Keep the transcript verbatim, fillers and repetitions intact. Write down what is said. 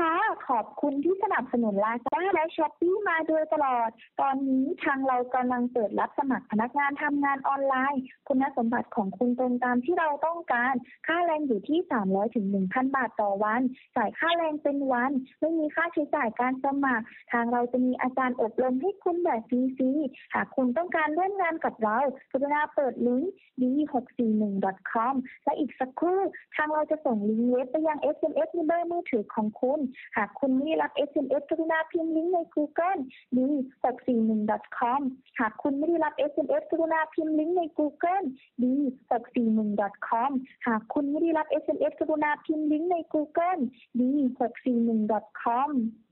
ค่ะขอบคุณที่สนับสนุน Lazada และ Shopee มาโดยตลอด ตอนนี้ทางเรากำลังเปิดรับสมัครพนักงานทำงานออนไลน์ คุณสมบัติของคุณตรงตามที่เราต้องการ ค่าแรงอยู่ที่ สามร้อยถึงหนึ่งพัน บาทต่อวัน จ่ายค่าแรงเป็นวัน ไม่มีค่าใช้จ่ายการสมัคร ทางเราจะมีอาจารย์อบรมให้คุณแบบฟรีๆ หากคุณต้องการร่วมงานกับเรากรุณาเปิดลิงก์ ดี หกสี่หนึ่ง ดอท คอม และอีกสักครู่ทางเราจะส่งลิงก์เว็บไปยัง เอส เอ็ม เอส ในเบอร์มือถือของคุณ หากคุณไม่ได้รับ เอส เอ็ม เอส กรุณาพิมพ์ลิงก์ใน Google ดี หกสี่หนึ่ง ดอท คอม หากคุณไม่ได้รับ เอส เอ็ม เอส กรุณาพิมพ์ลิงก์ใน Google ดี หกสี่หนึ่ง ดอท คอม หากคุณไม่ได้รับ เอส เอ็ม เอส กรุณาพิมพ์ลิงก์ใน Google ดี หกสี่หนึ่ง ดอท คอม